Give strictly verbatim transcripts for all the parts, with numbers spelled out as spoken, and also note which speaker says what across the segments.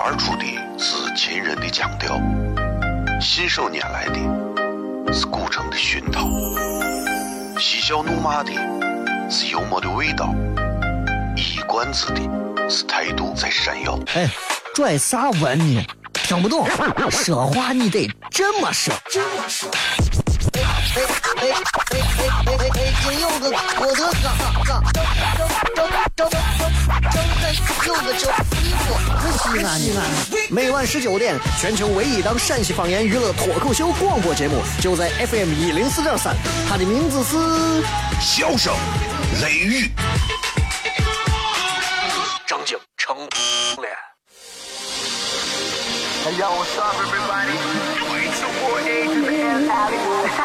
Speaker 1: 而出的是秦人的腔调，信手拈来的是古城的熏陶，嬉笑怒骂的是幽默的味道，一冠子的是态度在闪耀。
Speaker 2: 哎，拽啥文呢？听不懂，说话你得这么说。哎哎哎哎哎哎哎！金柚子，我的嘎嘎，张张张张张柚子酒，我西安西安。每晚十九点，全球唯一档陕西方言娱乐脱口秀广播节目，就在 F M 一零四点三，它的名字是
Speaker 1: 笑声雷雨。
Speaker 2: 张景成脸。
Speaker 3: Hey yo, what's up, everybody? It's your boy A to the N Alley.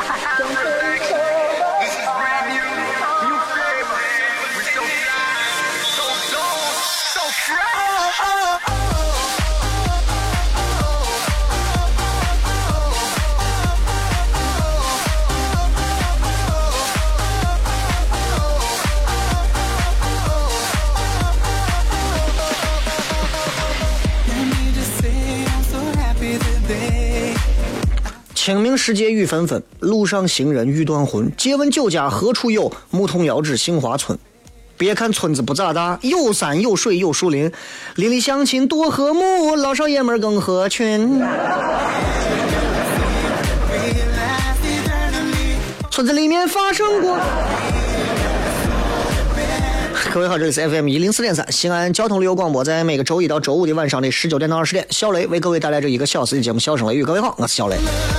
Speaker 3: This is brand new, new flavor. We're so fly, so dope, so fresh. 清明时节雨纷纷，路上行人欲断魂。借问酒家何处有？牧童遥指杏花村。别看村子不咋大，有山有水有树林，邻里乡亲多和睦，老少爷们更合群。村子里面发生过。各位好，这里是 F M 一零四点三西安交通旅游广播，在每个周一到周五的晚上的十九点到二十点，小雷为各位带来这一个小时的节目《笑声雷雨》。各位好，我是小雷。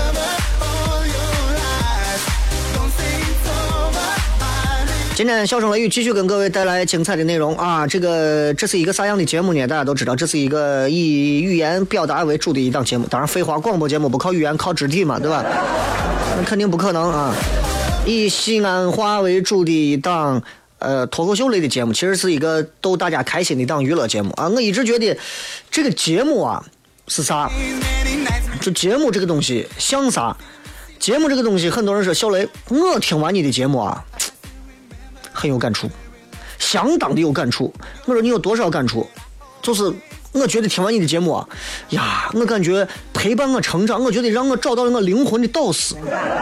Speaker 3: 今天笑声雷雨继续跟各位带来精彩的内容啊！这个这是一个啥样的节目呢？大家都知道，这是一个以语言表达为主的一档节目。当然，废话，广播节目不靠语言，靠肢体嘛，对吧？那肯定不可能啊！以西安话为主的一档呃脱口秀类的节目，其实是一个逗大家开心的一档娱乐节目啊！我一直觉得这个节目啊是啥？就节目这个东西像啥？节目这个东西，很多人说小雷，我听完你的节目啊。很有感触，相当的有感触。我说你有多少感触？就是我觉得听完你的节目啊，呀，我感觉陪伴我成长，我觉得让我找到了我灵魂的导师。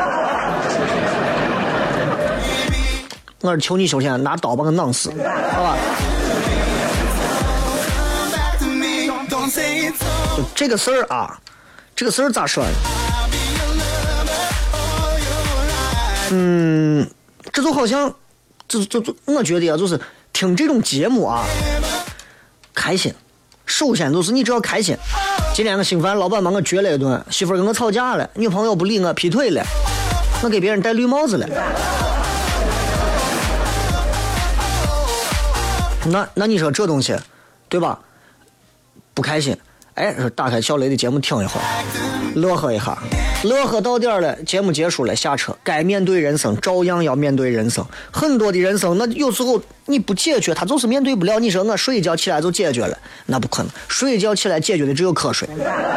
Speaker 3: 我是求你首先拿刀把我弄死，好吧？就这个事儿啊，这个事儿咋说呢？嗯，这就好像。就就就，我觉得啊，就是听这种节目啊，开心。首先就是你只要开心。今天我兴奋，老板把我撅了一顿，媳妇跟我吵架了，女朋友不理我，劈腿了，我给别人戴绿帽子了。那那你说这东西，对吧？不开心，哎，打开小雷的节目听一会儿，乐呵一下。乐呵到点了，节目结束了，下车。该面对人生，照样要面对人生。很多的人生，那有时候你不解决，他就是面对不了。你说我睡一觉起来就解决了，那不可能。睡一觉起来解决的只有瞌睡。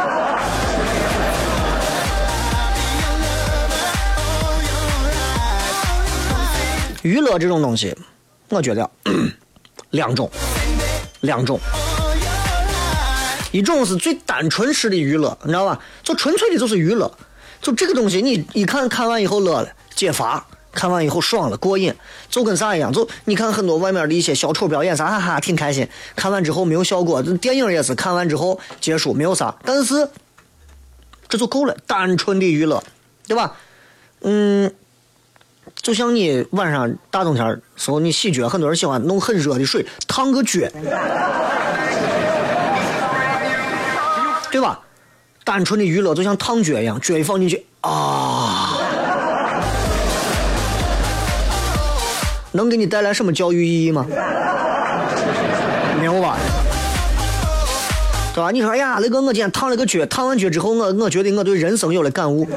Speaker 3: 娱乐这种东西，我觉得两种，两种。一种是最单纯式的娱乐，你知道吧？就纯粹的就是娱乐。就这个东西你一看看完以后乐了，解乏，看完以后爽了，过瘾，就跟啥一样。就你看很多外面的一些小丑表演啥，哈哈挺开心，看完之后没有效果。电影也是看完之后结束没有啥，但是这就够了，单纯的娱乐，对吧？嗯，就像你晚上大冬天的时候你洗脚，很多人喜欢弄很热的水烫个脚，对吧？单纯的娱乐就像烫脚一样，脚一放进去啊，能给你带来什么教育意义吗？没有吧？对吧？你说哎呀，那个我今天烫了个脚，烫完脚之后我我觉得我对人生有了感悟。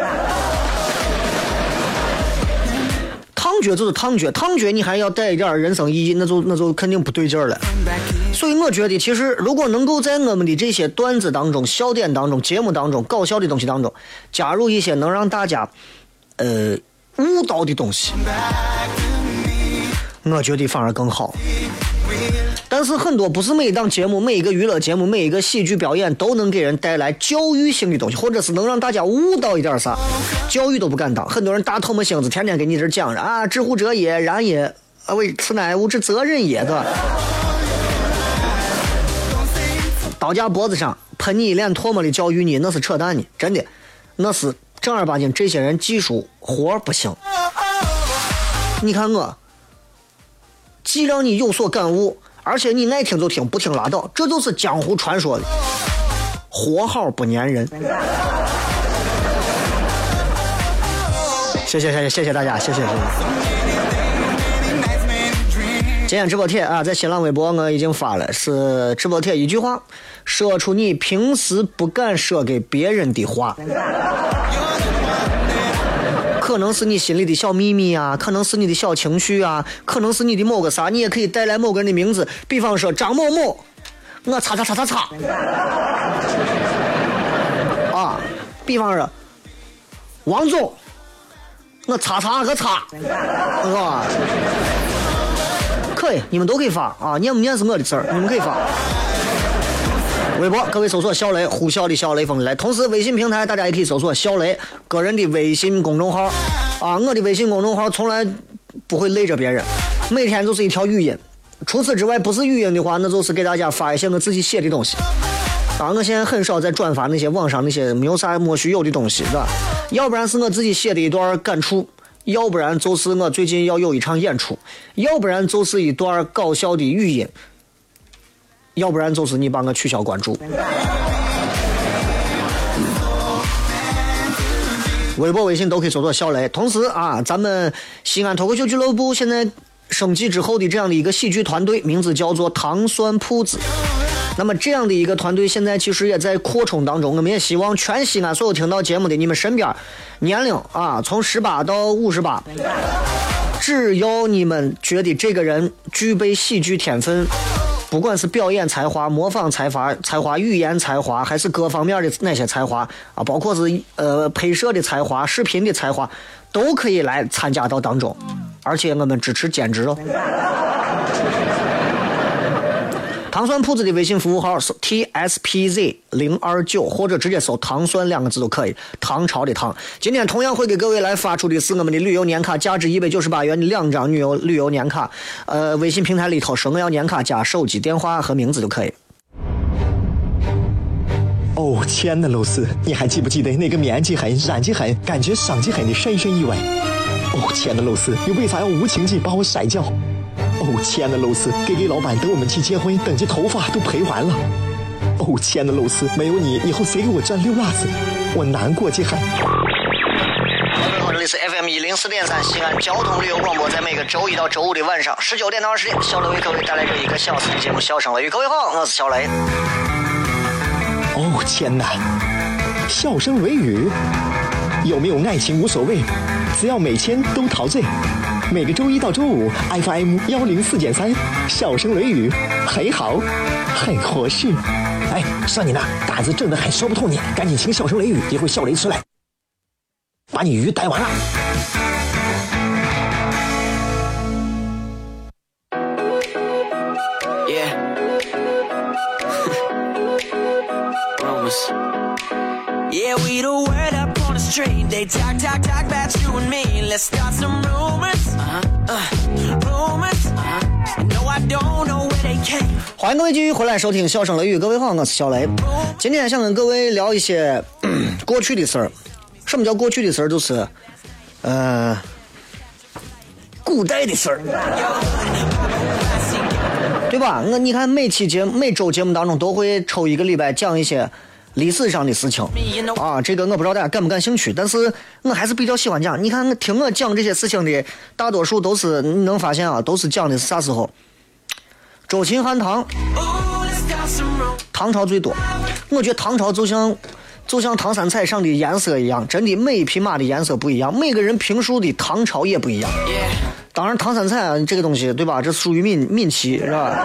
Speaker 3: 烫脚就是烫脚，烫脚你还要带一点人生意义，那就那就肯定不对劲儿了。所以我觉得其实如果能够在我们的这些段子当中、笑点当中、节目当中、搞笑的东西当中加入一些能让大家呃悟到的东西，我觉得反而更好。但但是很多不是每一档节目、每一个娱乐节目、每一个喜剧表演都能给人带来教育性的东西，或者是能让大家悟到一点啥，教育都不敢当。很多人大头么星子，天天给你这讲着啊，知乎者也，然也，啊为此乃无之责任也的。刀架脖子上喷你一脸唾沫的教育你，那是扯淡你，真的，那是正儿八经这些人技术活不行。你看我，既让你有所感悟，而且你爱听就听，不听拉倒，这就是江湖传说的活好不粘人。谢谢谢谢谢谢大家，谢谢谢谢。今天直播帖啊，在新浪微博我已经发了，是直播帖一句话，说出你平时不敢说给别人的话。可能是你心里的小秘密啊，可能是你的小情绪啊，可能是你的某个啥，你也可以带来某个人的名字，比方说张某某，我擦擦擦擦擦啊，比方说王总，我擦擦个擦，是吧？可以，你们都可以发啊，念不念是我的事儿，你们可以发。微博各位搜索小雷，呼啸的小雷锋来，同时微信平台大家也可以搜索小雷个人的微信公众号啊，我的微信公众号从来不会累着别人，每天就是一条语音，除此之外不是语音的话，那就是给大家发一些我自己写的东西啊，我现在很少在转发那些网上那些没有啥莫须有的东西，是吧？要不然是我自己写的一段感触，要不然就是我最近要有一场演出，要不然就是一段搞笑的语音，要不然就是你帮我取消关注。微博微信都可以搜索小雷。同时啊，咱们西安脱口秀俱乐部现在升级之后的这样的一个喜剧团队，名字叫做糖酸铺子。那么这样的一个团队现在其实也在扩充当中，我们也希望全西安所有听到节目的你们身边年龄啊，从十八到五十八，只要你们觉得这个人具备喜剧天分，不管是表演才华、模仿才华、才华、语言才华，还是各方面的那些才华啊，包括是呃拍摄的才华、视频的才华，都可以来参加到当中，而且我们支持兼职哦。糖酸铺子的微信服务号是 T S P Z 零二九，或者直接搜糖酸两个字都可以，唐朝的唐。今天同样会给各位来发出的是我们的旅游年卡，价值一百九十八元的两张旅游旅游年卡。呃，微信平台里头说我要年卡加手机电话和名字就可以。
Speaker 4: 哦，亲爱的露丝，你还记不记得那个面积狠、染技狠、感觉伤及狠的深深意外？哦，亲爱的露丝，你为啥要无情地把我甩掉？哦，亲爱的露丝，给给老板等我们去结婚，等这头发都赔完了。哦，亲爱的露丝，没有你，以后谁给我赚溜辣子？我难过极狠。
Speaker 3: 各位好，这里是 F M 一零四点三西安交通旅游广播，在每个周一到周五的晚上十九点到二十点，小雷为各位带来这一个小时的节目《笑声雷雨》。各位好，我是小雷。
Speaker 4: 哦，天哪！笑声雷雨，有没有爱情无所谓，只要每天都陶醉。每个周一到周五 F M 一零四点三，笑声雷雨，很好，很合适。哎，算你那胆子正的很，说不透你，赶紧请笑声雷雨，一会儿笑雷出来，把你鱼逮完了。
Speaker 5: Yeah, we the word up on the street. They talk, talk, talk about you and me. Let's start some rumors. Uh-huh. Uh, rumors. Uh-huh. No, I don't know where they came.
Speaker 3: 欢迎各位继续回来收听笑声雷雨。各位好，我是小雷。今天想跟各位聊一些、嗯、过去的事儿。什么叫过去的事儿？就是呃古代的事儿，对吧？那你看每期节每周节目当中都会抽一个礼拜讲一些历史上的事情啊，这个我不知道大家感不感兴趣，但是我还是比较喜欢讲。你看听我讲这些事情的大多数都是，你能发现啊，都是讲的是啥时候？周秦汉唐，唐朝最多。我觉得唐朝就像就像唐三彩上的颜色一样，真的每一匹马的颜色不一样，每个人评述的唐朝也不一样。当然唐三彩啊这个东西，对吧？这属于闽闽旗，是吧？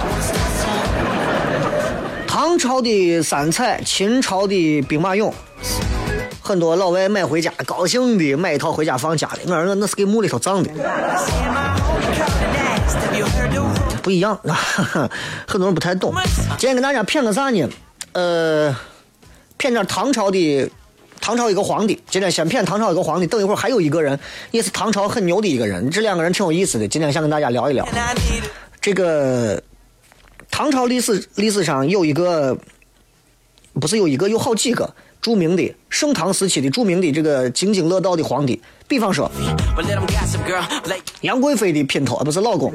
Speaker 3: 唐朝的三彩，秦朝的兵马俑，很多老外买回家高兴的买一套回家放家里，我说那是给墓里头葬的。 不一样，很多人不太懂。今天跟大家骗个啥呢？呃，骗点唐朝的，唐朝一个皇帝。今天先骗唐朝一个皇帝，等一会儿还有一个人也是唐朝很牛的一个人，这两个人挺有意思的。今天想跟大家聊一聊。这个唐朝历史历史上有一个，不是有一个，有好几个著名的盛唐时期的著名的这个津津乐道的皇帝，比方说杨贵妃的姘头，不是老公，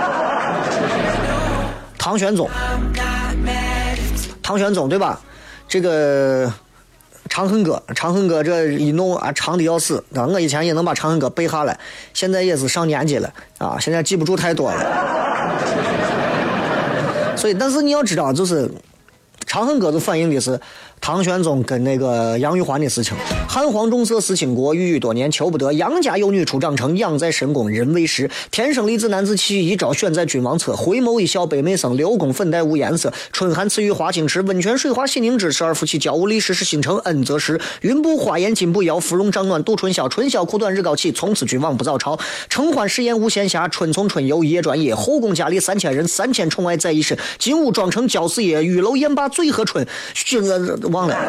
Speaker 3: 唐玄宗，唐玄宗对吧？这个长恨歌，长恨歌这一弄啊，长的要死啊！我以前也能把长恨歌背下来，现在也是上年纪了啊，现在记不住太多了。所以，但是你要知道，就是长恨歌就反映的是唐玄宗跟那个杨玉环的事情。汉皇重色思倾国，郁郁多年求不得。杨家有女初长成，养在深宫人未识。天生丽质难自弃，一朝选在君王侧。回眸一笑北媚生，六宫粉黛无颜色。春寒赐予华清池，温泉水滑细凝脂。十二夫妻交无历史是新城恩泽时。云步花颜金步摇，芙蓉帐暖度春宵。春宵苦短日高起，从此君王不早朝。承欢试验无闲暇，春从春游夜转夜。后宫佳丽三千人，三千宠爱在一身。金屋妆成娇四爷，玉楼宴罢醉和春。这个忘了。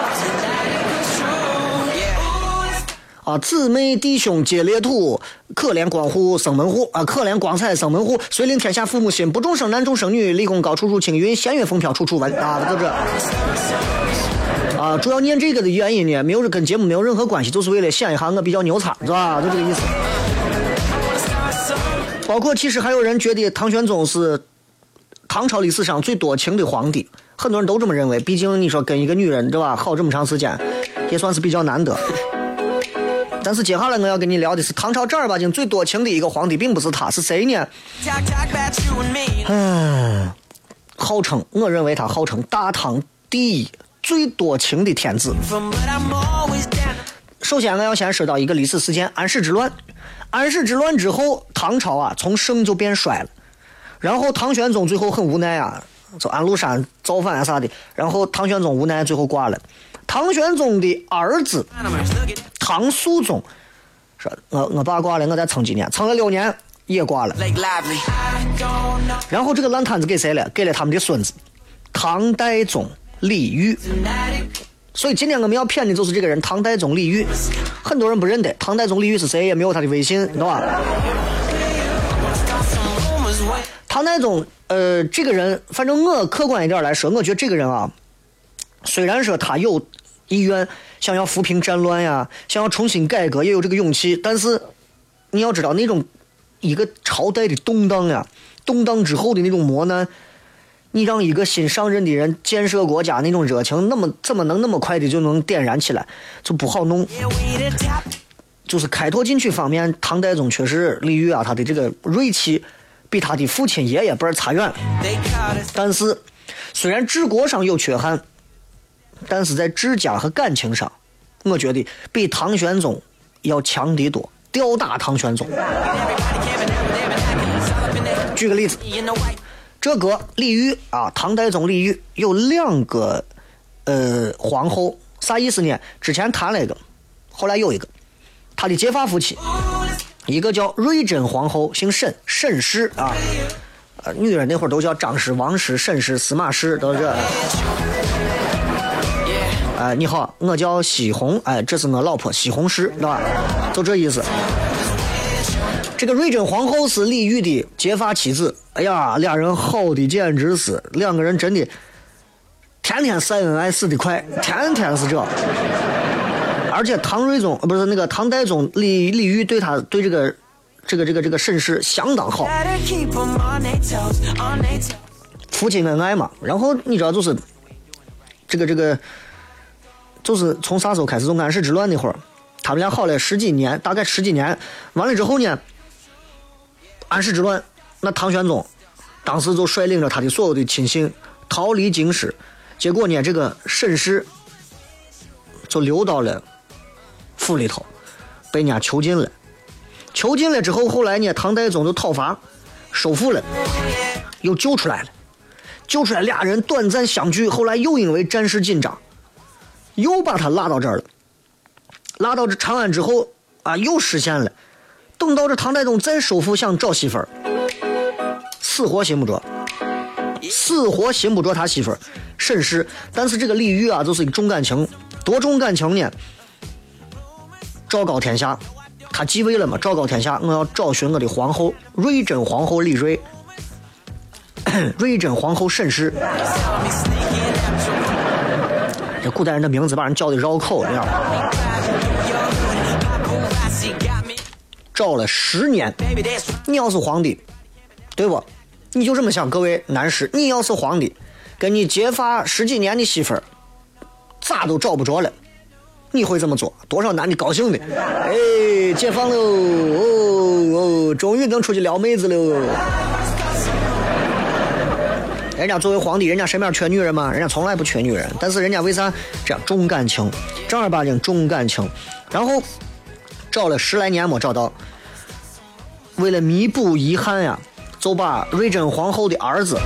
Speaker 3: 啊，姊妹弟兄皆列土，可怜光户生门户啊！可怜光彩生门户，遂令天下父母心。不重生男重生女，立功高处入青云，仙乐风飘处处闻啊！就这啊，主要念这个的原因呢，没有跟节目没有任何关系，就是为了显一下我比较牛叉，是吧？就这个意思。包括其实还有人觉得唐玄宗是唐朝历史上最多情的皇帝，很多人都这么认为。毕竟你说跟一个女人对吧，好这么长时间，也算是比较难得。但是接下来我要跟你聊的是唐朝正儿八经最多情的一个皇帝，并不是他，是谁呢？嗯，号称我认为他号称大唐第一最多情的天子。首先我要先说到一个历史事件，安史之乱。安史之乱之后，唐朝啊从盛就变衰了。然后唐玄宗最后很无奈啊，就安禄山造反啊啥的，然后唐玄宗无奈最后挂了。唐玄宗的儿子唐肃宗说：“我我爸挂了，我再撑几年，撑了六年也挂了。”然后这个烂摊子给谁了？给了他们的孙子唐代宗李煜。所以今天我们要骗的就是这个人唐代宗李煜。很多人不认得唐代宗李煜是谁，也没有他的微信，懂吧？唐代宗，呃，这个人，反正我客观一点来说，我觉得这个人啊，虽然说他有意愿想要扶贫战乱呀，想要重新改革，也有这个勇气，但是你要知道，那种一个朝代的动荡呀，动荡之后的那种磨难，你让一个新上任的人建设国家那种热情，那么怎么能那么快的就能点燃起来，就不好弄。就是开拓进去方面，唐代宗确实李煜啊，他的这个锐气比他的父亲爷爷辈差远，但是虽然治国上有缺憾，但是在治家和感情上，我觉得比唐玄宗要强得多，吊打唐玄宗。举个例子，这个李煜啊，唐代宗李煜有两个呃皇后，啥意思呢？之前谈了一个，后来有一个，他的结发夫妻。一个叫瑞珍皇后，姓沈，沈氏啊，呃，女人那会儿都叫张氏、王氏、沈氏、司马氏，都是这。哎、呃，你好，我叫西红，哎，这是我老婆西红柿，对吧？就这意思。这个瑞珍皇后是李煜的结发妻子，哎呀，俩人好的简直是，两个人真的天天晒恩爱死得快，天天是这。而且唐睿宗不是那个唐代宗李李煜对他对这个这个这个这个沈氏相当好，夫妻恩爱嘛。然后你知道就是这个这个就是从啥时候开始？从安史之乱那会儿，他们俩好了十几年，大概十几年。完了之后呢，安史之乱，那唐玄宗当时就率领着他的所有的亲信逃离京师，结果呢，这个沈氏就流到了府里头，被人家囚禁了。囚禁了之后，后来呢，唐代宗就讨伐，收复了，又救出来了。救出来，俩人短暂相聚，后来又因为战事紧张，又把他拉到这儿了。拉到这长安之后啊，又实现了。等到这唐代宗再收复，想找媳妇儿， 死活心不着，死活心不着他媳妇儿沈氏。但是这个李煜啊，就是一个重感情，多重感情呢？昭告天下，他继位了嘛？昭告天下，我要找寻我的皇后瑞珍皇后李瑞，瑞珍皇后沈氏。这古代人的名字把人叫的绕口，这样。找了十年，你要是皇帝，对不？你就这么想，各位男士，你要是皇帝，跟你结发十几年的媳妇儿，咋都找不着了，你会这么做？多少男的高兴的，哎，解放喽，哦哦，终于能出去撩妹子喽。人家作为皇帝，人家身边缺女人吗？人家从来不缺女人，但是人家为啥这样重感情，正儿八经重感情？然后找了十来年没找到，为了弥补遗憾呀，就把瑞珍皇后的儿子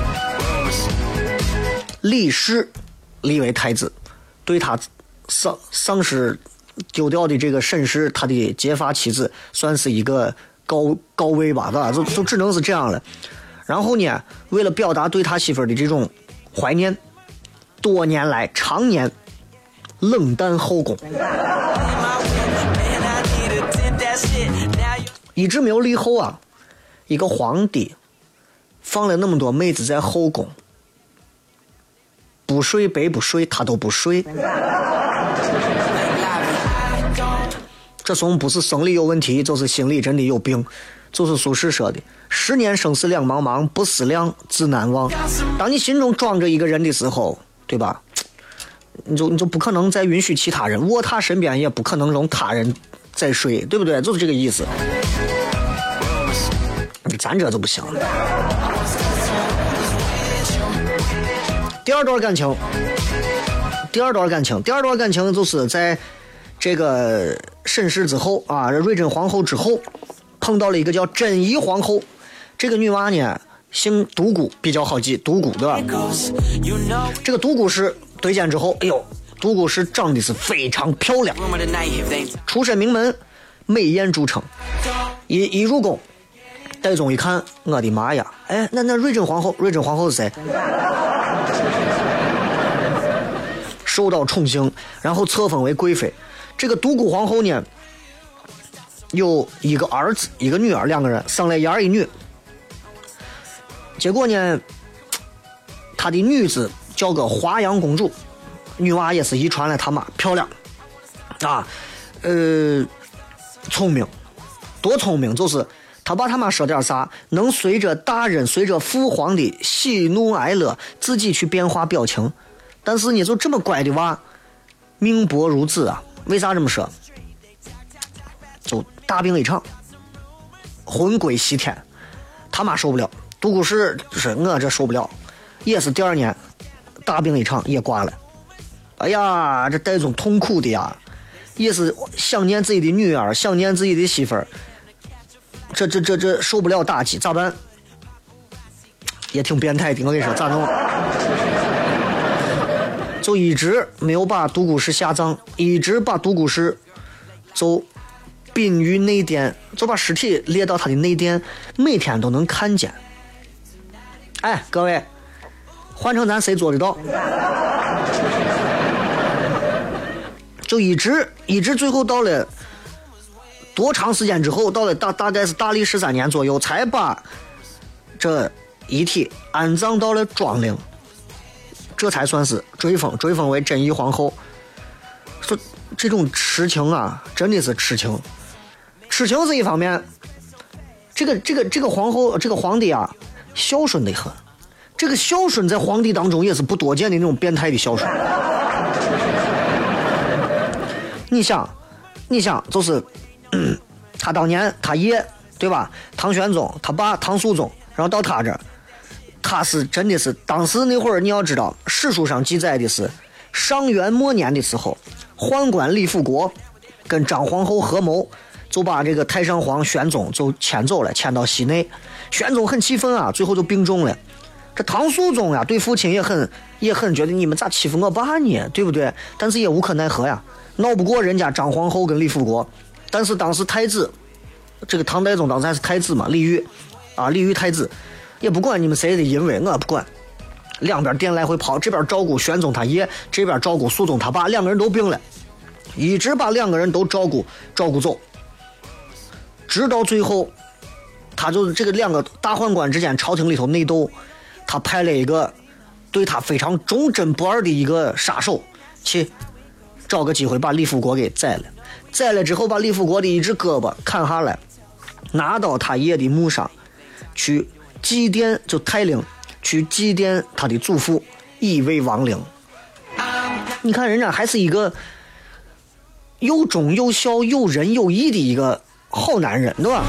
Speaker 3: 李氏立为太子，对他丧丧失丢掉的这个沈氏他的结发妻子算是一个高高位吧，对吧？就就只能是这样了。然后呢，为了表达对他媳妇的这种怀念，多年来常年冷淡后宫，一直没有立后啊。一个皇帝放了那么多妹子在后宫，不睡白不睡他都不睡，这从不是生理有问题，就是心里真的有病。就是苏轼说的，十年生死两茫茫，不思量，自难忘。当你心中装着一个人的时候，对吧，你就你就不可能再允许其他人卧榻身边，也不可能容他人再睡，对不对？就是这个意思。咱这就不行了。第二段感情，第二段感情，第二段感情就是在这个沈氏之后啊，瑞珍皇后之后，碰到了一个叫珍仪皇后。这个女娃呢姓独孤，比较好记，独孤对吧？这个独孤氏对见之后，哎呦，独孤氏长得是非常漂亮，出身名门，美艳著称。一一入宫，戴宗一看，我的妈呀！哎，那那瑞珍皇后，瑞珍皇后是谁？受到宠幸，然后册封为贵妃。这个独孤皇后呢，有一个儿子，一个女儿，两个人生了一儿一女。结果呢，她的女子叫个华阳公主，女娃也是遗传了她妈，漂亮啊，呃，聪明，多聪明，就是她把她妈说点啥，能随着大人随着父皇的喜怒哀乐自己去变化表情。但是你就这么乖的娃，命薄如子啊！为啥这么说？就大病一场，魂归西天，他妈受不了。独孤氏是我这受不了，也是第二年大病一场也挂了。哎呀，这戴宗痛苦的呀，也是想念自己的女儿，想念自己的媳妇儿，这这这这受不了打击，咋办？也挺变态的，我跟你说咋弄？就一直没有把独孤氏下葬，一直把独孤氏就殡于内殿，就把尸体列到他的内殿，每天都能看见。哎，各位，换成咱谁做得到？就一直一直最后到了多长时间之后，到了大大概是大历十三年左右，才把这遗体安葬到了庄陵。这才算是追封，追封为珍仪皇后。说这种痴情啊，真的是痴情。痴情是一方面，这个这个这个皇后，这个皇帝啊，孝顺得很。这个孝顺在皇帝当中也是不多见的那种变态的孝顺。你想，你想，就是、嗯、他当年他爷对吧？唐玄宗，他爸唐肃宗，然后到他这儿。他是真的是当时那会儿，你要知道史书上记载的是上元末年的时候，宦官李辅国跟张皇后合谋，就把这个太上皇玄宗就迁走了，迁到西内。玄宗很气愤啊，最后就病重了。这唐肃宗呀，对父亲也很也很觉得你们咋欺负我爸呢，对不对？但是也无可奈何呀，闹不过人家张皇后跟李辅国。但是当时太子，这个唐太宗当时还是太子嘛，李煜啊，李煜太子。 也不管你们谁的因为，我不管。两边店来回跑，这边照顾玄宗他爷，这边照顾肃宗他爸，两个人都病了，一直把两个人都照顾照顾走，直到最后，他就这个两个大宦官之间朝廷里头内斗，他派了一个对他非常忠贞不二的一个杀手，去找个机会把李富国给宰了，宰了之后把李富国的一只胳膊砍下来，拿到他爷的墓上去祭奠，就太陵去祭奠他的祖父，以为亡灵。你看人家还是一个又忠又孝又仁又义的一个好男人，对吧？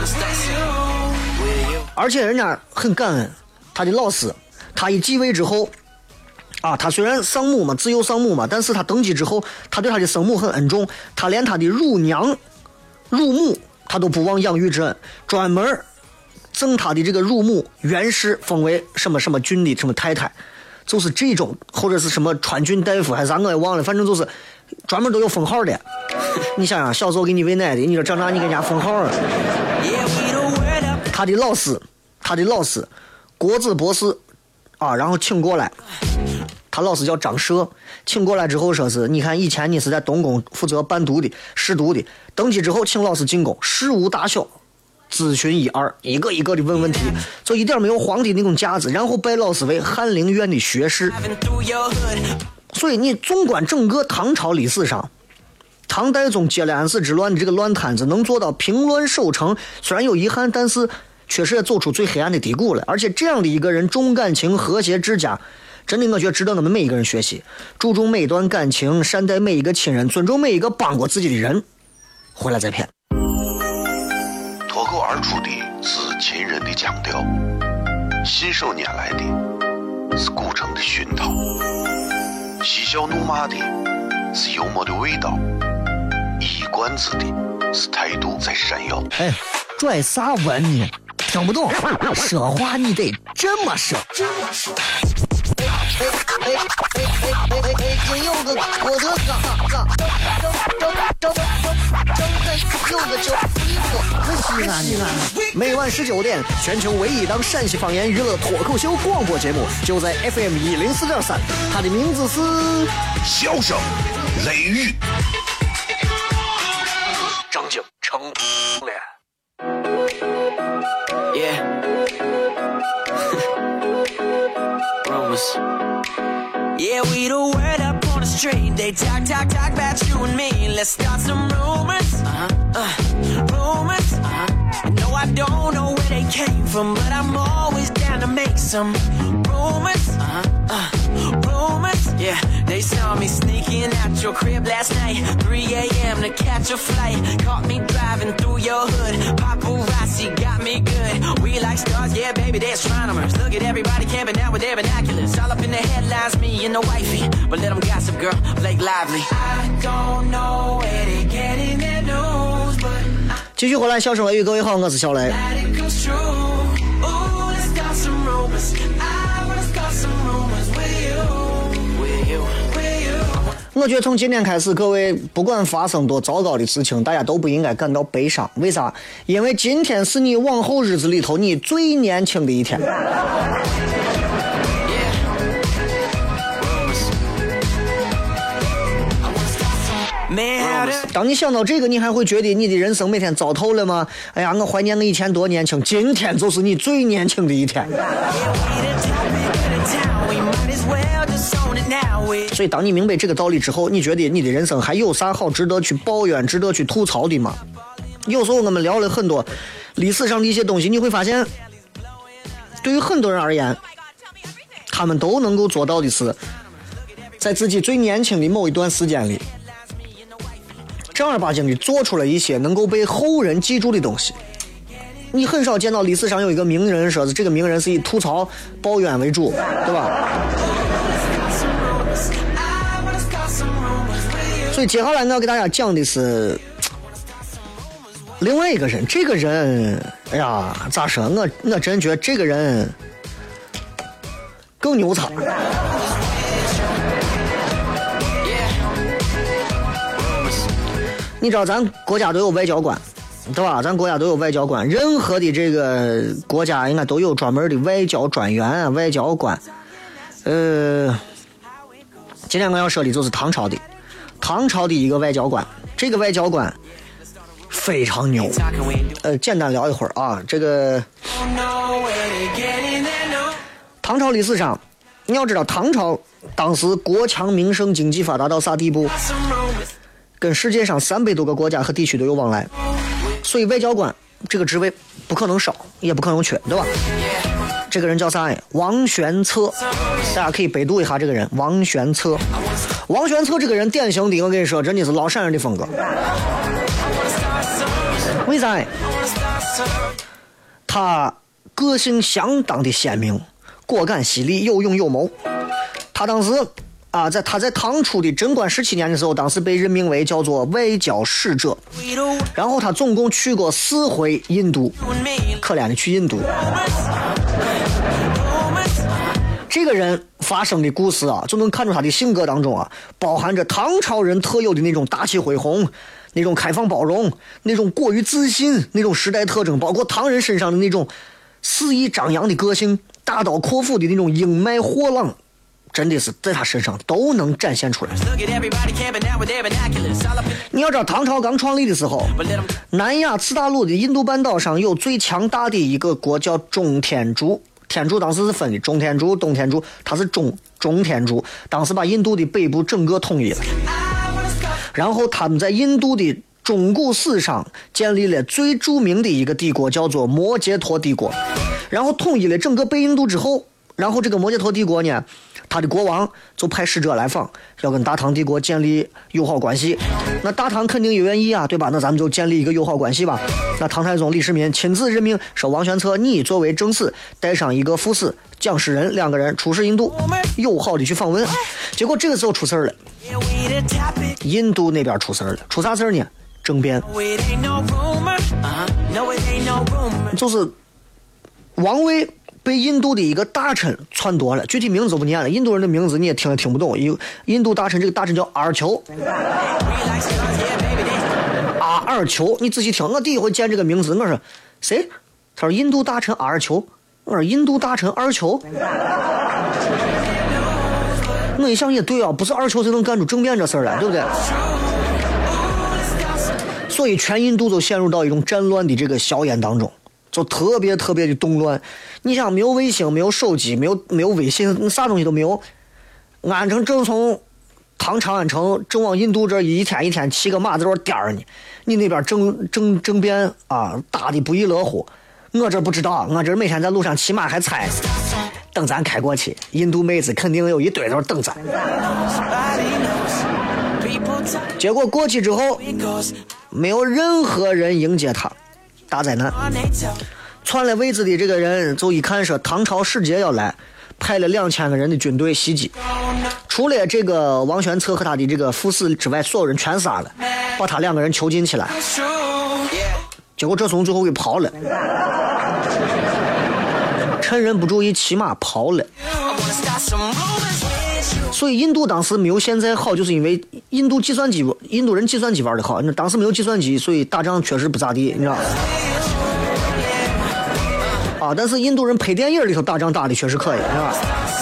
Speaker 3: 而且人家很感恩他的老师，他一继位之后啊，他虽然丧母嘛，自幼丧母嘛，但是他登基之后，他对他的生母很恩重，他连他的乳娘、乳母他都不忘养育之恩，专门赠他的这个乳母袁氏封为什么什么郡的什么太太，就是这种，或者是什么川郡大夫还是啥我也忘了，反正就是专门都有封号的。你想想，小时候给你喂奶的，你说长大你给人家封号了。他的老师，他的老师，国子博士啊，然后请过来，他老师叫张奢，请过来之后说是，你看以前你是在东宫负责伴读的、侍读的，登基之后请老师进宫，事无大小。咨询一二，一个一个的问问题，就一点没有皇帝那种架子，然后拜老师为翰林院的学士。所以你纵观整个唐朝历史上，唐代宗接了安史之乱的这个乱摊子能做到平乱守成，虽然有遗憾，但是确实也走出最黑暗的低谷了。而且这样的一个人重感情、和谐治家，真的我觉得值得我们每一个人学习，注重每一段感情，善待每一个亲人，尊重每一个帮过自己的人。回来再骗。
Speaker 1: 脱口而出的是秦人的腔调，信手拈来的是古城的熏陶，嬉笑怒骂的是幽默的味道，一冠子的是态度在闪耀。
Speaker 2: 哎，拽啥文呢？听不懂，说话你得这么说。
Speaker 3: 哎哎哎哎哎哎！金柚子，我的嘎嘎，张张张张张柚子就衣服，可惜啊你啊！每晚十九点，全球唯一档陕西方言娱乐脱口秀广播节目，就在 F M 一零四点三，它的名字是
Speaker 1: 笑声雷雨，
Speaker 3: 张景成脸。
Speaker 5: Yeah. Rumors. Yeah, we the word up on the street. They talk, talk, talk about you and me. Let's start some rumors. Uh-huh. Uh, rumors. Uh-huh. No, I don't know where they came from, but I'm always down to make some rumors. Uh-huh. Uh, rumors. Yeah, they saw me sneaking out your crib last night. three a.m. to catch a flight. Caught me driving through your hood. Paparazzi got me good. We like stars, yeah, baby, they're astronomers. Look at everybody camping out with their binoculars. All up in the headlines, me and the wifey. But let them gossip, girl, Blake Lively. I don't know where they getting their news, but
Speaker 3: 继续回来，笑声雷雨，各位好，我是小雷。我觉得从今天开始，各位不管发生多糟糕的事情，大家都不应该感到悲伤。为啥？因为今天是你往后日子里头你最年轻的一天。当你想到这个，你还会觉得你的人生每天糟透了吗？哎呀，我怀念我以前多年轻，今天就是你最年轻的一天。所以当你明白这个道理之后，你觉得你的人生还有啥好值得去抱怨、值得去吐槽的吗？有时候我们聊了很多历史上的一些东西，你会发现对于很多人而言，他们都能够做到的是在自己最年轻的某一段时间里正儿八经的做出了一些能够被后人记住的东西。你很少见到历史上有一个名人说这个名人是以吐槽抱怨为主，对吧？所以接下来呢，要给大家讲的是另外一个人。这个人，哎呀，咋说？我我真觉得这个人更牛叉。你知道咱国家都有外交官对吧？咱国家都有外交官，任何的这个国家应该都有专门的外交专员、外交官。呃，今天我要说的就是唐朝的，唐朝的一个外交官，这个外交官非常牛。呃，简单聊一会儿啊，这个唐朝历史上，你要知道唐朝当时国强民盛，经济发达到啥地步？跟世界上三百多个国家和地区都有往来。所以外交官这个职位不可能少，也不可能缺，对吧？这个人叫啥呀？王玄策，大家可以百度一下这个人，王玄策。王玄策这个人典型的，我跟你说，真的是老陕人的风格。为啥？他个性相当的鲜明，果敢犀利，有勇有谋。他当时啊，在他在唐初的贞观十七年的时候，当时被任命为叫做外交使者，然后他总共去过四回印度，可怜的去印度。这个人发生的故事啊，就能看出他的性格当中啊，包含着唐朝人特有的那种大气恢宏、那种开放包容、那种过于自信、那种时代特征，包括唐人身上的那种肆意张扬的个性、大刀阔斧的那种英迈豁浪。真的是在他身上都能展现出来。你要知道，唐朝刚创立的时候，南亚次大陆的印度半岛上有最强大的一个国叫中天竺。天竺当时是分的中天竺、东天竺，它是中中天竺，当时把印度的北部整个统一了。然后他们在印度的中古史上建立了最著名的一个帝国，叫做摩羯陀帝国。然后统一了整个北印度之后，然后这个摩羯陀帝国呢，他的国王就派使者来访，要跟大唐帝国建立友好关系。那大唐肯定也愿意啊，对吧？那咱们就建立一个友好关系吧。那唐太宗李世民亲自任命说，王玄策你作为正使，带上一个副使蒋士仁，两个人出使印度，友好的去访问。结果这个时候出事了，印度那边出事了，出啥事呢？政变，就是王位被印度的一个大臣篡夺了，具体名字不念了，印度人的名字你也听也听不懂。印度大臣，这个大臣叫阿尔丘，阿尔丘，你仔细听，我第一回见这个名字，我说谁？他说印度大臣阿尔丘，我说印度大臣阿尔丘，我一想也对啊，不是阿尔丘才能干出政变这事儿来，对不对？所以全印度都陷入到一种战乱的这个硝烟当中。就特别特别的动乱，你想没有卫星，没有手机，没有没有微信，啥东西都没有。安城正从唐长安城正往印度这一天一天骑个马在这颠儿呢，你那边政政政变啊，打的不亦乐乎。我这不知道，我这每天在路上骑马还猜，等咱开过去，印度妹子肯定有一堆在等咱。结果过去之后，没有任何人迎接他。大灾难，篡了位置的这个人就一看说唐朝使节要来，派了两千个人的军队袭击，除了这个王玄策和他的这个副使之外，所有人全杀了，把他两个人囚禁起来。结果这从最后给跑了，趁人不注意骑马跑了。所以印度当时没有现在好，就是因为印度计算机，印度人计算机玩的好，那当时没有计算机，所以打仗确实不咋地，你知道啊，但是印度人拍电影里头打仗打的确实可以，是吧？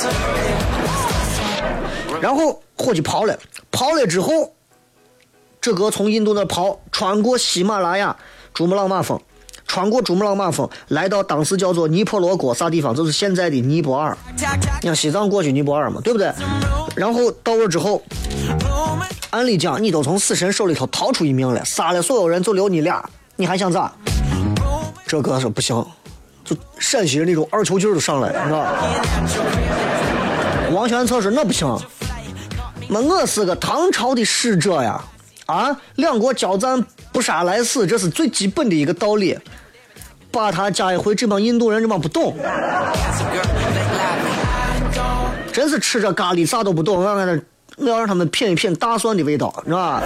Speaker 3: 然后伙计跑了，跑了之后，这个从印度那跑，穿过喜马拉雅珠穆朗玛峰，穿过珠穆朗玛峰，来到当时叫做尼泊罗国啥地方，就是现在的尼泊尔。你看西藏过去尼泊尔嘛，对不对？然后到了之后，按理讲你都从死神手里头逃出一命了，杀了所有人就留你俩，你还想咋？这个说不行，就陕西人那种二球劲儿都上来了，你知道吧？王玄策说那不行，那我是个唐朝的使者呀，啊，两国交战不杀来死，这是最基本的一个道理。把他加一回，这帮印度人这帮不懂，真是吃着咖喱啥都不懂，让他我要让他们品一品大蒜的味道，是吧？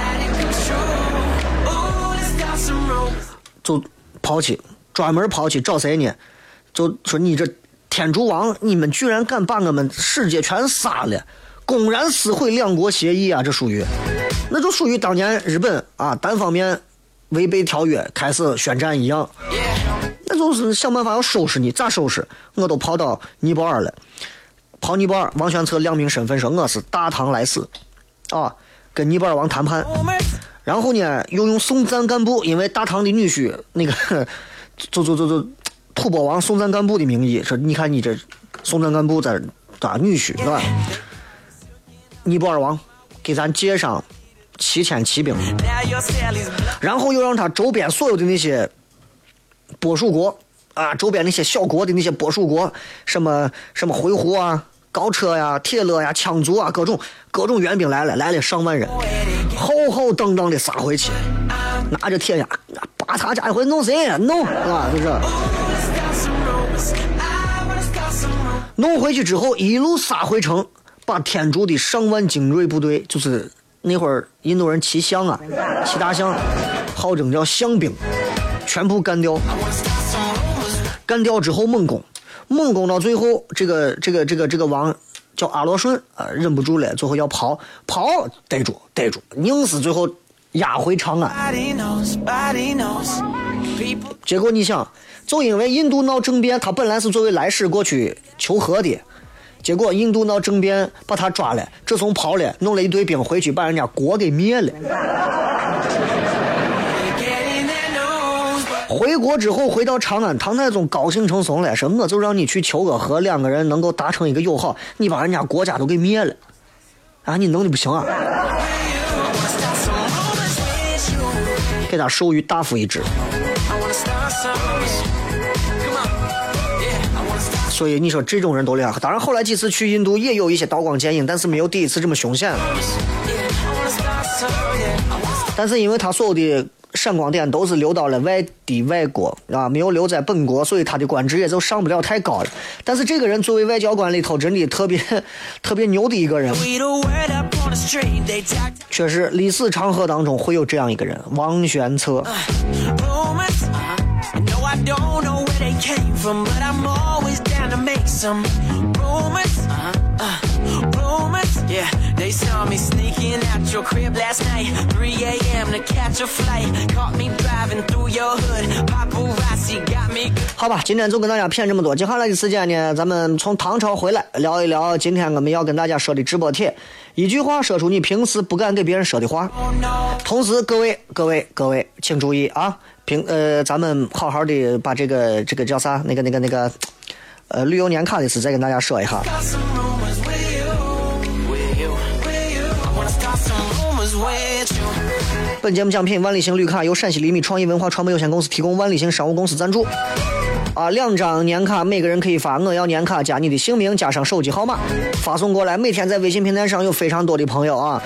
Speaker 3: 就跑去专门跑去找谁呢？就说你这天竺王，你们居然敢把我们使节全杀了，公然撕毁两国协议啊！这属于，那就属于当年日本啊单方面违背条约开始宣战一样，那就是想办法要收拾你。咋收拾？我都跑到尼泊尔了，跑尼泊尔，王玄策亮明身份说我是大唐来使啊，跟尼泊尔王谈判。然后呢，又用松赞干布，因为大唐的女婿那个就就就就吐蕃王松赞干布的名义说，你看你这松赞干布在打女婿是吧？尼泊尔王给咱借上七千骑兵，然后又让他周边所有的那些波属国啊，周边那些小国的那些波属国，什么什么回鹘啊、高车呀、铁勒呀、羌族啊，各种各种援兵来了，来了上万人，浩浩荡荡的杀回去，拿着铁呀，把他家伙弄谁弄啊，就是弄回去之后，一路杀回城，把天竺的上万精锐部队，就是那会儿印度人骑象啊，骑大象，号称叫象兵，全部干掉。干掉之后猛攻，猛攻到最后，这个这个这个这个王叫阿罗顺啊、呃，忍不住了，最后要跑，跑逮住逮住，硬是最后押回长安。结果你想，就因为印度闹政变，他本来是作为来使过去求和的。结果印度闹政变，把他抓了，这从跑了，弄了一堆兵回去，把人家国给灭了。回国之后回到长安，唐太宗高兴成怂了，说我就让你去求个和，两个人能够达成一个友好，你把人家国家都给灭了啊，你弄的不行啊，给他授予大夫一职。所以你说这种人多厉害，当然后来几次去印度也有一些刀光剑影，但是没有第一次这么凶险。但是因为他所有的闪光点都是留到了外地外国啊，没有留在本国，所以他的官职也就上不了太高了。但是这个人作为外交官里头真的特别特别牛的一个人，确实历史长河当中会有这样一个人，王玄策。No, I don't know where they came from, but I'm always down to make some rumors. Uh, uh, rumors, yeah. They saw me sneaking out your crib last night, three a.m. to catch a flight. Caught me driving through your hood. Paparazzi got me. 好吧，今天就跟大家骗这么多。接下来的时间呢，咱们从唐朝回来聊一聊今天我们要跟大家说的直播帖。一句话说出你平时不敢给别人说的话。同时，各位各位各位，请注意啊！平呃，咱们好好的把这个这个叫啥那个那个那个呃旅游年卡的事再跟大家说一下。本节目奖品万里行绿卡由陕西厘米创意文化传媒有限公司提供，万里行商务公司赞助。啊，两张年卡，每个人可以发我要年卡加你的姓名加上手机号码发送过来。每天在微信平台上有非常多的朋友啊。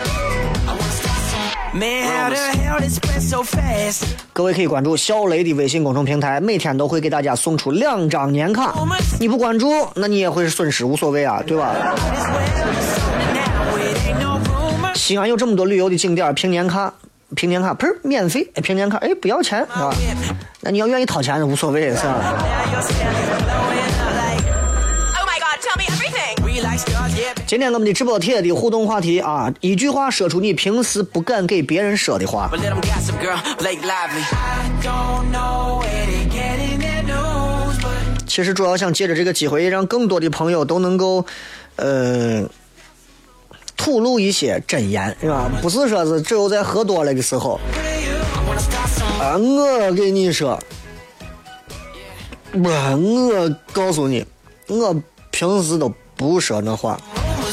Speaker 3: 各位可以关注小雷的微信公众平台，每天都会给大家送出两张年卡，你不关注那你也会损失，无所谓啊，对吧？西安有这么多旅游的景点，凭年卡凭年卡不是免费，凭年卡哎不要钱是吧？那你要愿意掏钱无所谓是吧？今天我们的直播贴的互动话题啊，一句话说出你平时不敢给别人说的话。其实主要想借着这个机会，让更多的朋友都能够，呃，吐露一些真言，是吧？不是说是只有在喝多了的时候，啊，我给你说，不，我告诉你，我平时都不说那话。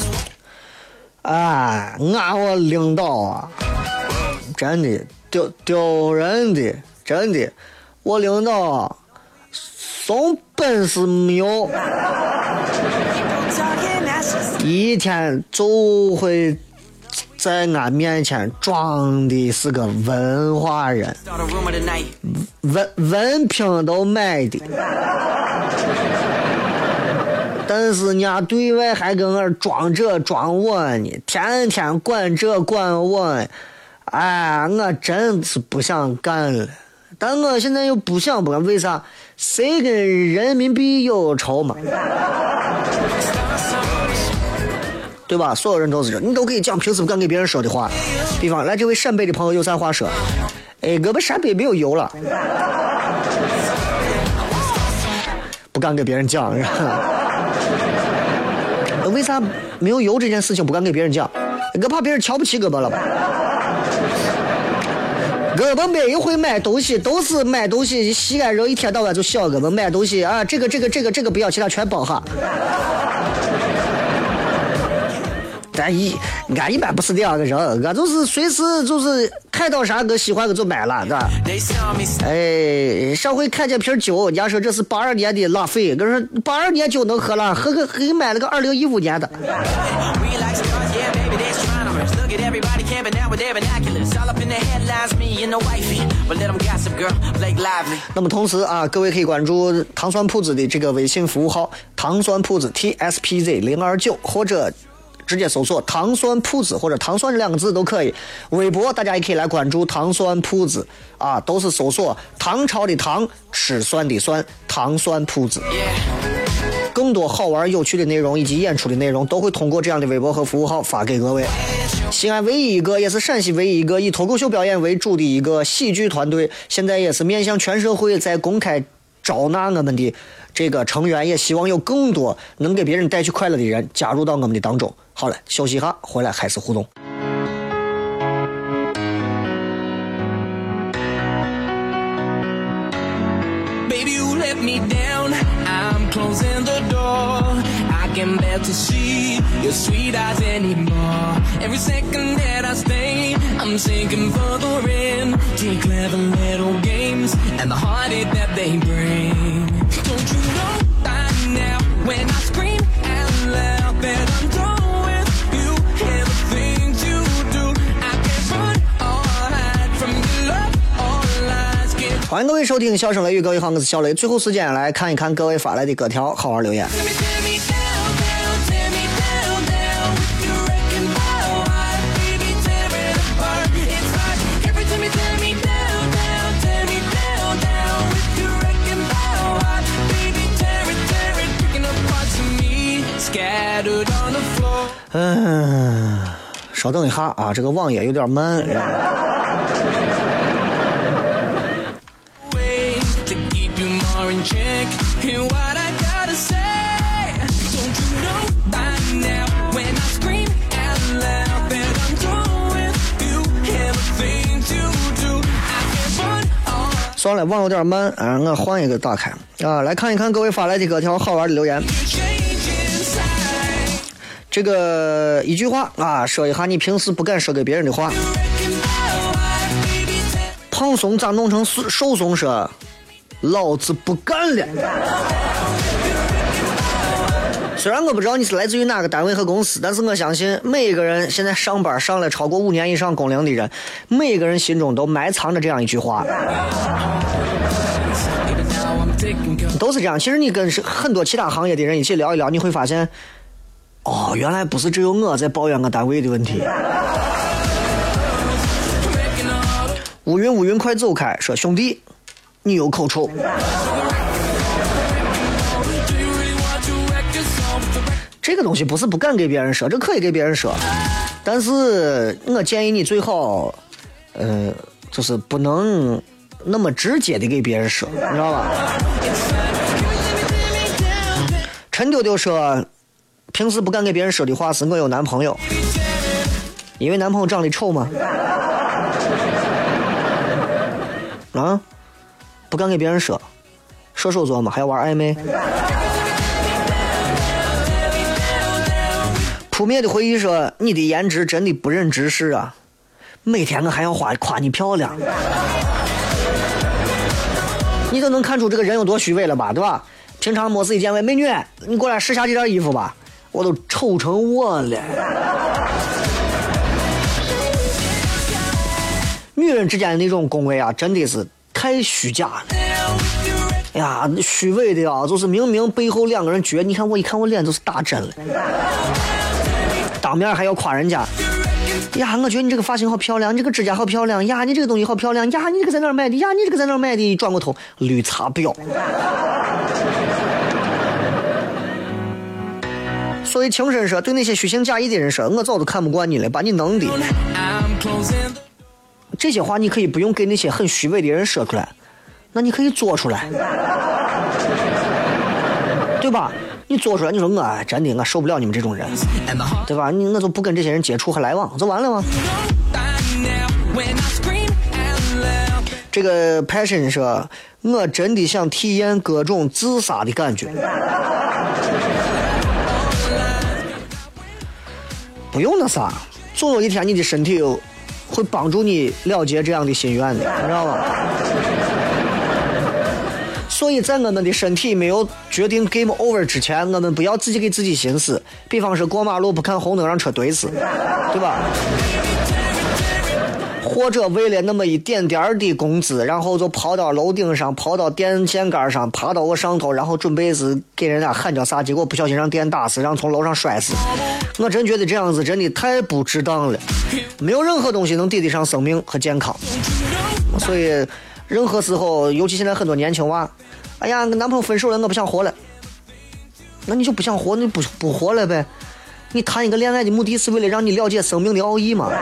Speaker 3: 哎，俺我领导啊，真的丢丢人的，真的，我领导啊，怂本事没有，一天就会在俺面前装的是个文化人，文文凭都买的。但是人家对外还跟我装这装我呢，天天管这管我，哎，我真是不想干了。但我现在又不想不干，为啥？谁跟人民币有仇嘛？对吧？所有人都是这，你都可以讲平时不敢给别人说的话。比方来，这位陕北的朋友有啥话说？ 哎，胳膊啥也没有油了，不敢给别人讲，是吧？为啥没有油这件事情不敢给别人讲？我怕别人瞧不起胳膊了吧？胳膊每一回买东西都是买东西，膝盖肉一天到晚就小胳膊买东西啊，这个这个这个这个不要，其他全包哈。但一俺一般不是这样的人，俺就是随时就是看到啥个喜欢个就买了，是吧？哎，上回看见瓶酒，人家说这是八二年的拉菲，跟说八二年酒能喝了，喝个给买了个二零一五年的。那么同时啊，各位可以关注糖酸铺子的这个微信服务号糖酸铺子 T S P Z 零二九，或者直接搜索糖酸铺子或者糖酸这两个字都可以。微博大家也可以来关注糖酸铺子啊，都是搜索唐朝的唐，吃酸的酸，糖酸铺子。更多好玩有趣的内容以及演出的内容都会通过这样的微博和服务号发给各位。西安唯一一个也是陕西唯一一个以脱口秀表演为主的一个喜剧团队，现在也是面向全社会在公开招纳我们的这个成员，也希望有更多能给别人带去快乐的人加入到我们的当中。好了，休息一下，回来开始互动。Baby, you let me down. I'm closing the door. I can't bear to see your sweet eyes anymore. Every second that I stay, I'm sinking further in. Take clever little games and the heartache that they bring. Don't you know by now when I scream and laugh that I'm done with you and the things you do. I can't run or hide from your love or lies. 欢迎各位收听笑声雷雨，各位好，我是小雷。最后时间来看一看各位发来的各条好玩留言。嗯，稍等一下啊，这个网页有点慢。算了，网有点慢啊，我换一个打开啊，来看一看各位发来的各条好玩的留言。这个一句话啊，说一下你平时不敢说给别人的话。胖松咋弄成瘦松说，老子不干了。虽然我不知道你是来自于哪个单位和公司，但是我相信每一个人现在上班上了超过五年以上工龄的人，每一个人心中都埋藏着这样一句话，都是这样。其实你跟很多其他行业的人一起聊一聊，你会发现哦，原来不是只有我在抱怨我单位的问题。乌云乌云快走开，说兄弟你有口臭。这个东西不是不敢给别人说，这可以给别人说，但是我建议你最好呃就是不能那么直接的给别人说，你知道吧？陈丢丢说平时不敢给别人说的话是我有男朋友，因为男朋友长得丑吗？啊，不敢给别人说，射手座嘛，还要玩暧昧。扑灭的回忆说，你的颜值真的不忍直视啊，每天我还要夸夸你漂亮，你都能看出这个人有多虚伪了吧，对吧？平常没事一见喂美女，你过来试下这件衣服吧，我都丑成我了。女人之间的那种恭维啊，真的是太虚假了。哎呀，虚伪的啊，就是明明背后两个人绝，你看我一看我脸都是打针了，当面还要夸人家。呀，我觉得你这个发型好漂亮，你这个指甲好漂亮呀，你这个东西好漂亮呀，你这个在哪儿买的呀，你这个在哪儿买的？转过头绿茶婊。所以情深说，对那些虚情假意的人说，我早都看不惯你了，把你能的。 这些话你可以不用给那些很虚伪的人说出来，那你可以做出来，对吧？你做出来，你说我真的我受不了你们这种人，对吧？你我就不跟这些人接触和来往，就完了吗？这个 passion 说，我真的想体验各种自杀的感觉。不用那啥，总有一天你的身体会帮助你了结这样的心愿的，你知道吗？所以在我们的身体没有决定 game over 之前，我们不要自己给自己寻死。比方说过马路不看红灯让车怼死，对吧？或者为了那么一点点的工资，然后就跑到楼顶上，跑到电线杆上，爬到我上头，然后准备是给人家喊叫啥，结果不小心让电打死，让从楼上摔死。我真觉得这样子真的太不值当了，没有任何东西能抵得上生命和健康。所以任何时候，尤其现在很多年轻娃，哎呀，跟男朋友分手了，我不想活了。那你就不想活，你不不活了呗？你谈一个恋爱的目的是为了让你了解生命的奥义嘛？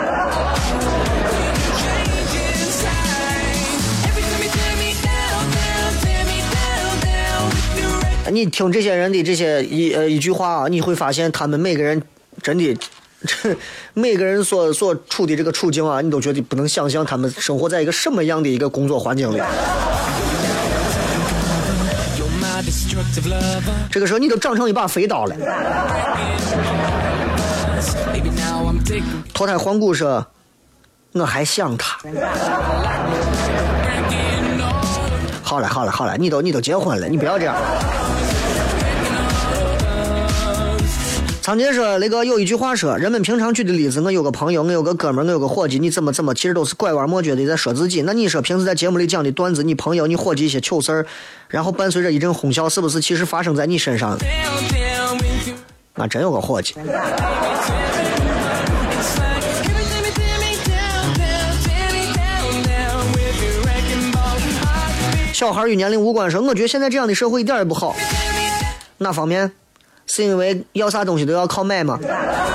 Speaker 3: 你听这些人的这些一呃一句话啊，你会发现他们每个人真的，每个人所所处的这个处境啊，你都觉得不能想象他们生活在一个什么样的一个工作环境里。这个时候你都长成一把飞刀了。脱胎换骨说，我还想他。好了好了好了，你都你都结婚了，你不要这样。常杰说那个有一句话说，人们平常举的例子，我有个朋友，我有个哥们儿，我有个伙计，你怎么怎么，其实都是拐弯抹角的在说自己。那你说平时在节目里讲的段子，你朋友你伙计一些糗事儿，然后伴随着一阵哄笑，是不是其实发生在你身上？那真有个伙计。小孩与年龄无关说，我觉得现在这样的社会一点也不好。哪方面？是因为要啥东西都要靠买吗？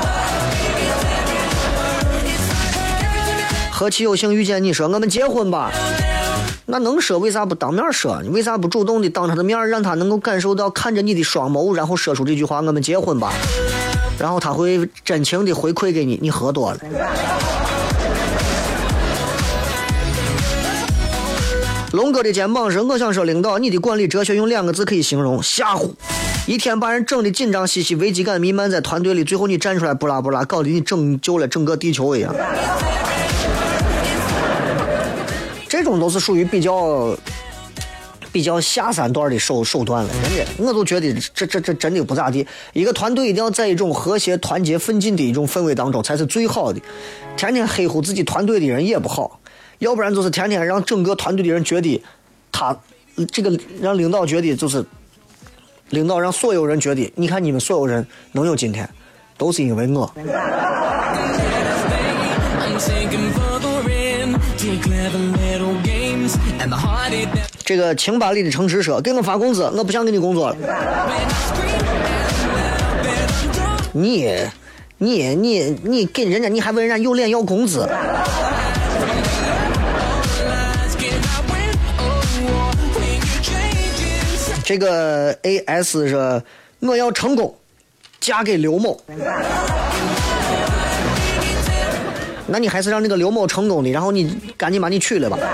Speaker 3: 何其有幸遇见你说我们结婚吧，那能说为啥不当面说？你为啥不主动的当他的面，让他能够感受到看着你的双眸，然后说出这句话我们结婚吧，然后他会真情的回馈给你，你喝多了。龙哥的肩膀是，我想说领导，你的管理哲学用两个字可以形容：吓唬。一天把人整的紧张兮兮，危机感弥漫在团队里，最后你站出来不拉不拉，搞得你拯救了整个地球一样。这种都是属于比较比较下三段的手手段了，真的，我都觉得这这这真的不咋地。一个团队一定要在一种和谐、团结、奋进的一种氛围当中才是最好的。天天黑乎自己团队的人也不好，要不然就是天天让整个团队的人觉得他这个让领导觉得就是领导让所有人觉得，你看你们所有人能有今天，都是因为我。这个清巴里的城市说，给我发工资，我不想给你工作了。你你你你给人家，你还问人家有脸要工资？这个 A S 说，我要成功嫁给刘某。那你还是让那个刘某成功的，然后你赶紧把你娶了吧。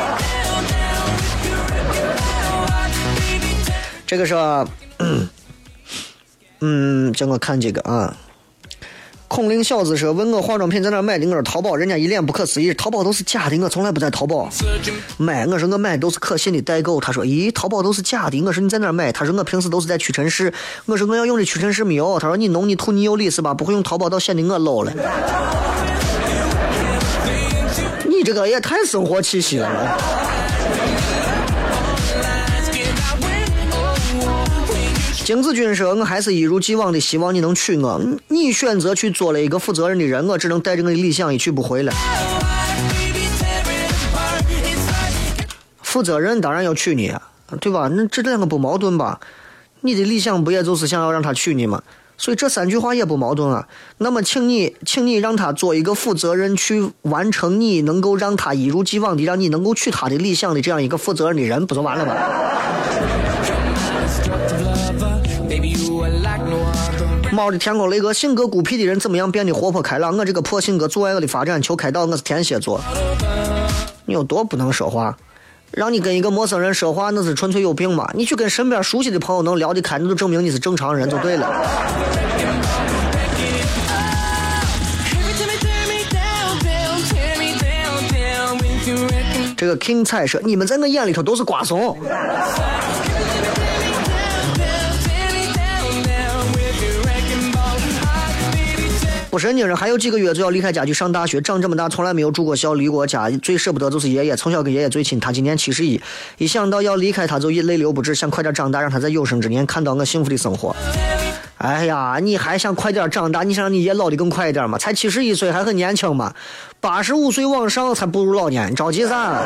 Speaker 3: 这个是嗯嗯叫我看这个啊，孔令小子说问我化妆品在哪买的，我说淘宝，人家一脸不可思议，淘宝都是假的，我从来不在淘宝买。我说我买都是可信的代购，他说咦淘宝都是假的，我说你在哪买？他说我平时都是在屈臣氏。我说我要用的屈臣氏没有，他说你弄你吐你有理是吧？不会用淘宝倒显得我 low 了。你这个也太生活气息了。景子君说，我还是一如既往的希望你能娶我，你选择去做了一个负责任的人，我只能带着我的理想一去不回了。负责任当然要娶你啊，对吧？那这两个不矛盾吧？你的理想不也就是想要让他娶你吗？ 所以这三句话也不矛盾啊。那么请你请你让他做一个负责任，去完成你能够让他一如既往的让你能够去他的理想的这样一个负责任的人，不就完了吗？猫的天狗雷哥，性格孤僻的人怎么样变得活泼开朗？我这个破性格阻碍我的发展，求开导。我是天蝎座。你有多不能说话？让你跟一个陌生人说话，那是纯粹有病嘛？你去跟身边熟悉的朋友能聊得开，那就证明你是正常人就对了。这个 King 菜说，你们在我眼里头都是瓜怂。不是女人，还有几个月就要离开家去上大学，长这么大从来没有住过校，离过家，最舍不得就是爷爷，从小跟爷爷最亲，他今年七十一，一想到要离开他就泪流不止，想快点长大，让他在有生之年看到我幸福的生活。哎呀，你还想快点长大？你想让你爷老的更快一点吗？才七十一岁还很年轻嘛，八十五岁往上才步入老年，着急啥？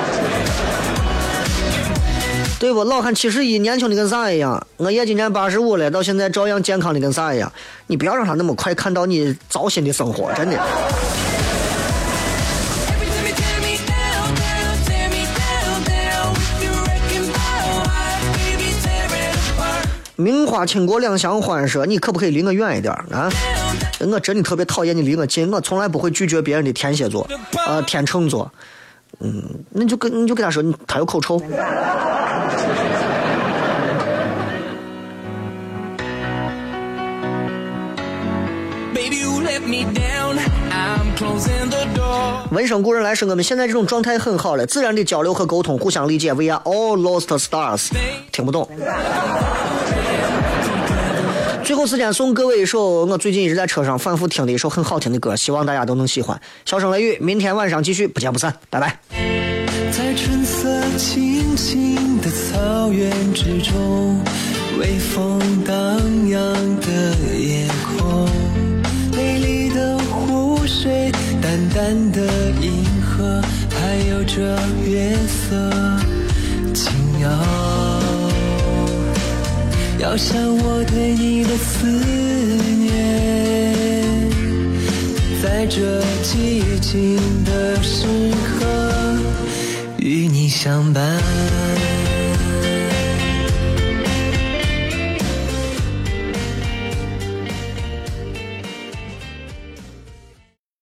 Speaker 3: 对不？老看七十一年轻的跟啥一样，我爷今年八十五了，到现在照样健康的跟啥一样。你不要让他那么快看到你糟心的生活，真的。名花倾国两相欢说，你可不可以离我远一点啊？我真的特别讨厌你离我近，我从来不会拒绝别人的天蝎座，呃，天秤座。嗯，那你就跟你就跟他说，他有口臭。闻声故人来说，我们现在这种状态很好了，自然的交流和沟通，互相理解。We are all lost stars。听不懂。最后时间送各位一首我最近一直在车上反复听的一首很好听的歌，希望大家都能喜欢。笑声雷雨，明天晚上继续，不见不散，拜拜。
Speaker 5: 在春色清新的草原之中，微风荡漾的夜空，美丽的湖水，淡淡的银河，还有这月色轻摇，要像我对你的思念，在这寂静的时刻与你相伴。